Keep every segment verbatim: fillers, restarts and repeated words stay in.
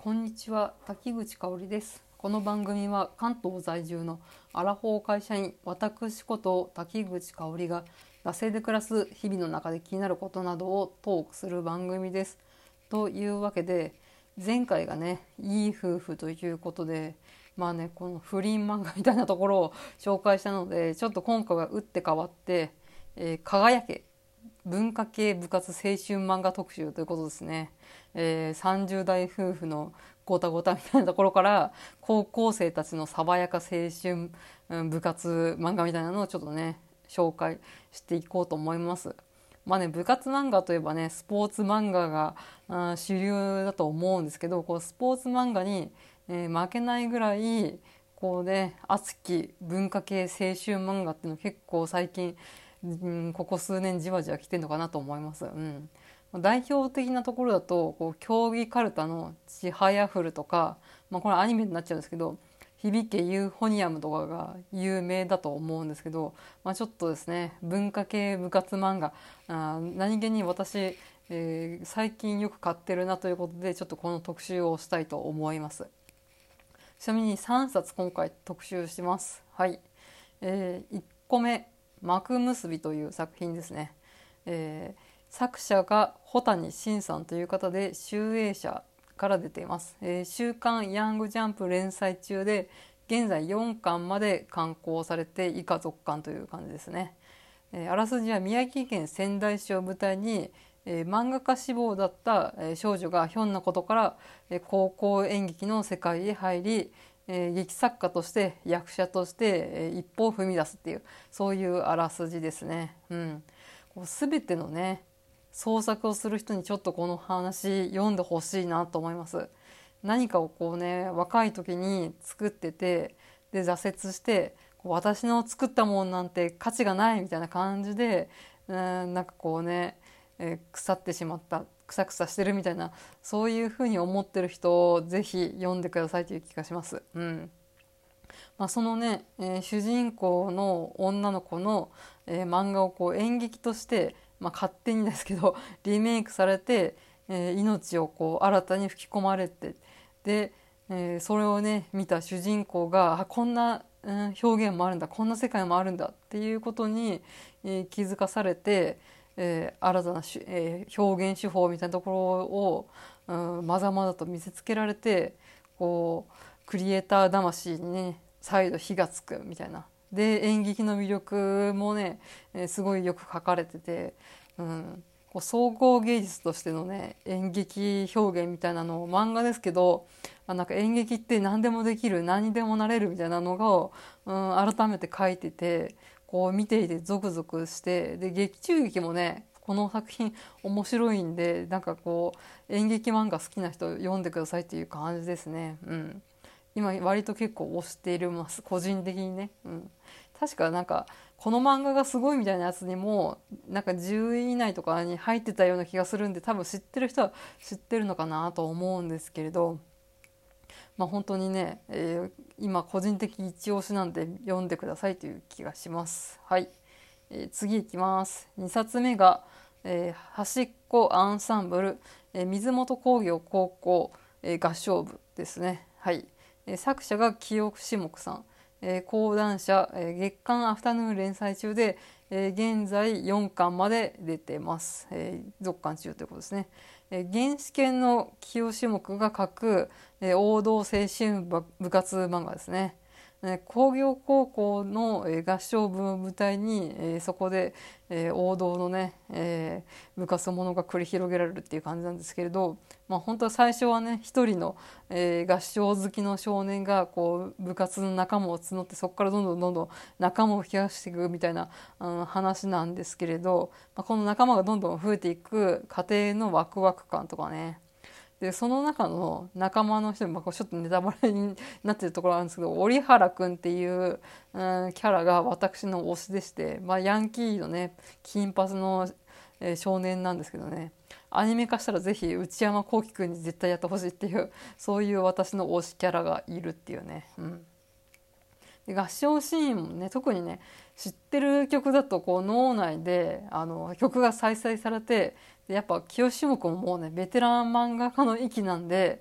こんにちは、滝口香織です。この番組は関東在住のアラフォー会社員、私こと滝口香織が惰性で暮らす日々の中で気になることなどをトークする番組です。というわけで、前回がね、いい夫婦ということで、まあね、この不倫漫画みたいなところを紹介したので、ちょっと今回は打って変わって、えー輝け文化系部活青春漫画特集ということですね。えー、さんじゅう代夫婦のごたごたみたいなところから高校生たちの爽やか青春、うん部活漫画みたいなのをちょっとね紹介していこうと思います。まあね、部活漫画といえばねスポーツ漫画があ主流だと思うんですけど、こうスポーツ漫画に、えー負けないぐらいこうね熱き文化系青春漫画っていうの結構最近うん、ここ数年じわじわ来てるのかなと思います。うん、代表的なところだとこう競技かるたの「ちはやふる」とか、まあ、これアニメになっちゃうんですけど「響けユーフォニアム」とかが有名だと思うんですけど、まあ、ちょっとですね文化系部活漫画あ何気に私、えー最近よく買ってるなということでちょっとこの特集をしたいと思います。ちなみにさんさつ今回特集してます。はい、えー、いっこめ幕結びという作品ですね。えー作者が保谷慎さんという方で集英社から出ています。えー週刊ヤングジャンプ連載中で現在よんかんまで刊行されて以下続刊という感じですね。えーあらすじは宮城県仙台市を舞台に、えー漫画家志望だった、えー少女がひょんなことから、えー高校演劇の世界へ入り、えー劇作家として役者として、えー一歩を踏み出すっていうそういうあらすじですね。うん、こう全てのね創作をする人にちょっとこの話読んでほしいなと思います。何かをこうね若い時に作っててで挫折してこう私の作ったもんなんて価値がないみたいな感じでうんなんかこうね、えー腐ってしまったくさくさしてるみたいなそういうふうに思ってる人をぜひ読んでくださいという気がします。うんまあ、そのね、えー主人公の女の子の、えー漫画をこう演劇として、まあ、勝手にですけどリメイクされて、えー命をこう新たに吹き込まれてで、えーそれをね見た主人公があこんな、うん表現もあるんだこんな世界もあるんだっていうことに、えー気づかされて、えー新たなし、えー表現手法みたいなところを、うん、まざまざと見せつけられてこうクリエイター魂にね再度火がつくみたいなで演劇の魅力もね、えーすごいよく書かれてて、うん、こう総合芸術としてのね演劇表現みたいなのを漫画ですけどあなんか演劇って何でもできる何にでもなれるみたいなのが、うん、改めて書いててこう見ていてゾクゾクしてで劇中劇もねこの作品面白いんでなんかこう演劇漫画好きな人読んでくださいっていう感じですね。うん今割と結構推しています個人的にね、うん、確かなんかこの漫画がすごいみたいなやつにもなんかじゅうい以内とかに入ってたような気がするんで多分知ってる人は知ってるのかなと思うんですけれど、まあ本当にね、えー今個人的一押しなんで読んでくださいという気がします。はい、えー次いきます。にさつめが、えー端っこアンサンブル、えー水本工業高校、えー合唱部ですね。はい、えー作者が清志木さん、えー講談社、えー月刊アフタヌーン連載中で、えー現在よんかんまで出てます、えー続刊中ということですね。えー原始圏の清志木が書く、えー王道青春部活漫画ですね。ね工業高校のえー合唱部を舞台に、えーそこで、えー王道のね、えー部活ものが繰り広げられるっていう感じなんですけれど、まあ、本当は最初はね一人の、えー合唱好きの少年がこう部活の仲間を募ってそこからどんどんどんどん仲間を増やしていくみたいな、うん、話なんですけれど、まあ、この仲間がどんどん増えていく過程のワクワク感とかねでその中の仲間の人に、まあ、ちょっとネタバレになってるところあるんですけど折原くんっていう、うん、キャラが私の推しでして、まあ、ヤンキーのね金髪の、えー少年なんですけどねアニメ化したらぜひ内山聖輝くんに絶対やってほしいっていうそういう私の推しキャラがいるっていうね、うん、で合唱シーンもね特にね知ってる曲だとこう脳内であの曲が再生されてでやっぱ清志木ももうねベテラン漫画家の域なんで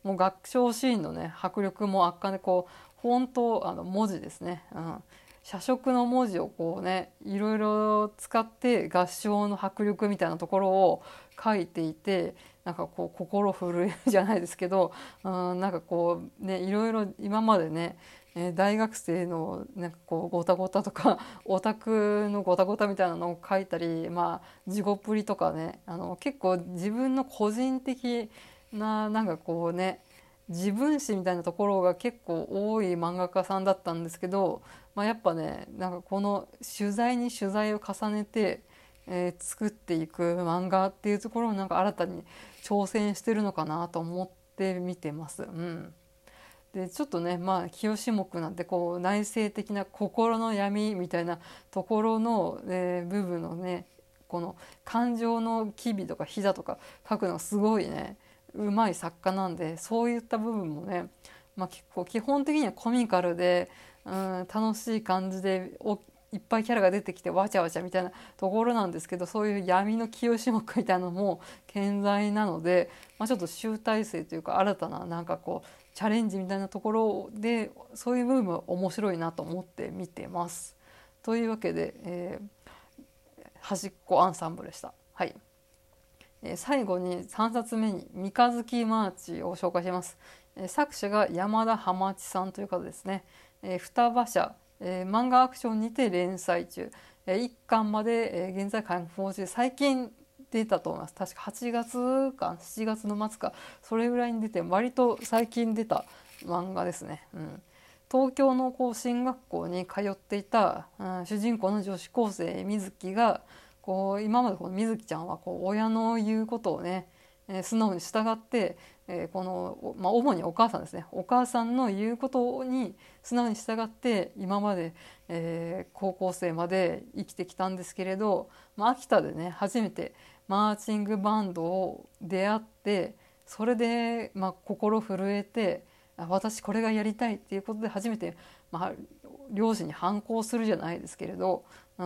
もう合唱シーンのね迫力も圧巻で、こうフォントあの文字ですね、うん、写植の文字をこうねいろいろ使って合唱の迫力みたいなところを書いていて、なんかこう心震えるじゃないですけど、うん、なんかこうねいろいろ今までね大学生のなんかこうゴタゴタとかオタクのゴタゴタみたいなのを書いたり、まあ地獄プリとかね、あの結構自分の個人的ななんかこうね自分史みたいなところが結構多い漫画家さんだったんですけど、まあ、やっぱねなんかこの取材に取材を重ねて、えー作っていく漫画っていうところをなんか新たに挑戦してるのかなと思って見てます。うん、でちょっとねまあ清志目なんてこう内省的な心の闇みたいなところの、えー部分のねこの感情の機微とか膝とか書くのがすごいねうまい作家なんで、そういった部分もね、まあ、結構基本的にはコミカルで、うん、楽しい感じでおいっぱいキャラが出てきてわちゃわちゃみたいなところなんですけど、そういう闇の清志目みたいなのも健在なので、まあ、ちょっと集大成というか新たななんかこうチャレンジみたいなところでそういう部分も面白いなと思って見てます。というわけで、えー、端っこアンサンブルでした。はい、えー最後にさんさつめに三日月マーチを紹介します。えー作者が山田浜地さんという方ですね。えー双葉社、えー漫画アクションにて連載中、えーいっかんまで、えー現在開放中、最近出たと思います。確かはちがつかしちがつの末かそれぐらいに出て、割と最近出た漫画ですね。うん、東京のこう進学校に通っていた、うん、主人公の女子高生水木がこう今までこの水木ちゃんはこう親の言うことをね、えー素直に従って、えーこの、まあ、主にお母さんですね、お母さんの言うことに素直に従って今まで、えー高校生まで生きてきたんですけれど、まあ、秋田でね初めてマーチングバンドを出会って、それで、まあ、心震えて、あ私これがやりたいっていうことで初めて、まあ、両親に反抗するじゃないですけれど、うん、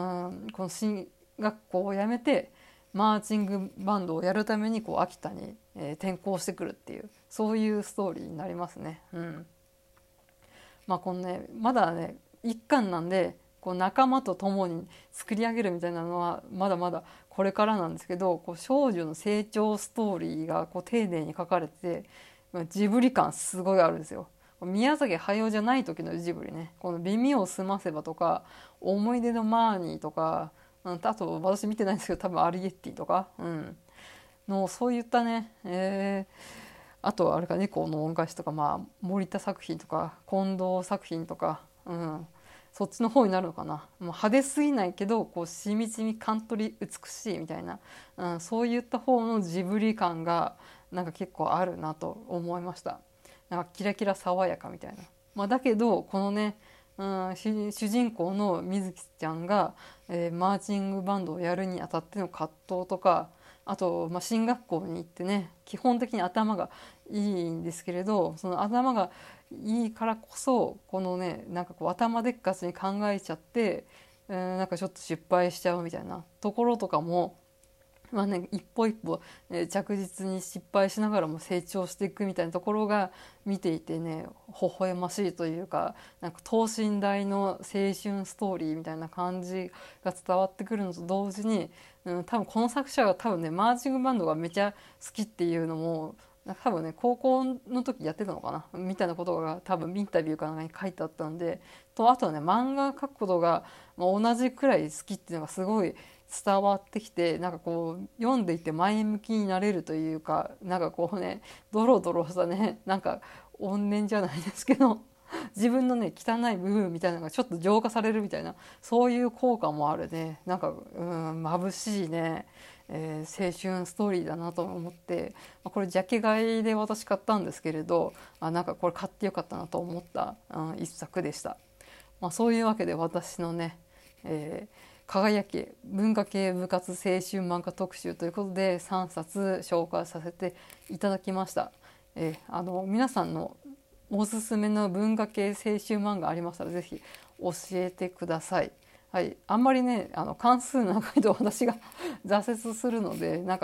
この進学校を辞めてマーチングバンドをやるためにこう秋田に、えー転校してくるっていう、そういうストーリーになりますね。うん、まあこのねまだね一巻なんで、こう仲間と共に作り上げるみたいなのはまだまだこれからなんですけど、こう少女の成長ストーリーがこう丁寧に書かれてて、まあジブリ感すごいあるんですよ。宮崎駿じゃない時のジブリね、この耳をすませばとか思い出のマーニーとか、うんあと私見てないんですけど多分アリエッティとか、うん、のそういったね、えーあとはあれか猫の恩返しとか、まあ、森田作品とか近藤作品とか、うん、そっちの方になるのかな。もう派手すぎないけどこうしみじみ感取り美しいみたいな、うん、そういった方のジブリ感がなんか結構あるなと思いました。なんかキラキラ爽やかみたいな、まあ、だけどこのね、うん、主主人公の水木ちゃんが、えーマーチングバンドをやるにあたっての葛藤とか、あと、まあ、進学校に行ってね基本的に頭がいいんですけれど、その頭がいいからこそこのねなんかこう頭でっかちに考えちゃって、うん、なんかちょっと失敗しちゃうみたいなところとかも、まあね、一歩一歩、えー着実に失敗しながらも成長していくみたいなところが見ていてね微笑ましいというか、なんか等身大の青春ストーリーみたいな感じが伝わってくるのと同時に、うん、多分この作者が多分ねマーチングバンドがめちゃ好きっていうのも多分ね高校の時やってたのかなみたいなことが多分インタビューかなんかに書いてあったんで、とあとはね漫画描くことが、まあ、同じくらい好きっていうのがすごい伝わってきて、なんかこう読んでいて前向きになれるというか、なんかこうねドロドロしたねなんか怨念じゃないですけど自分のね汚い部分みたいなのがちょっと浄化されるみたいな、そういう効果もあるね、なんかうん眩しいね、えー青春ストーリーだなと思って、まあこれジャケ買いで私買ったんですけれど、あなんかこれ買ってよかったなと思った、うん、一作でした。まあ、そういうわけで私のね、えー輝け文化系部活青春漫画特集ということでさんさつ紹介させていただきました。えーあの皆さんのおすすめの文化系青春漫画ありましたらぜひ教えてください。はい、あんまりねあの関数長いと私が挫折するので、なんか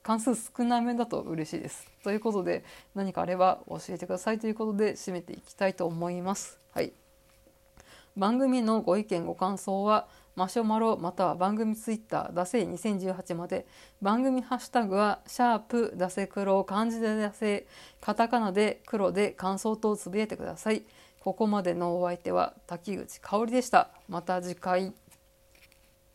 関数少なめだと嬉しいです。ということで、何かあれば教えてくださいということで締めていきたいと思います。はい、番組のご意見ご感想はマシュマロまたは番組ツイッターダセにせんじゅうはちまで、番組ハッシュタグはシャープダセ黒、漢字でダセ、カタカナで黒で感想とつぶやいてください。ここまでのお相手は滝口香織でした。また次回。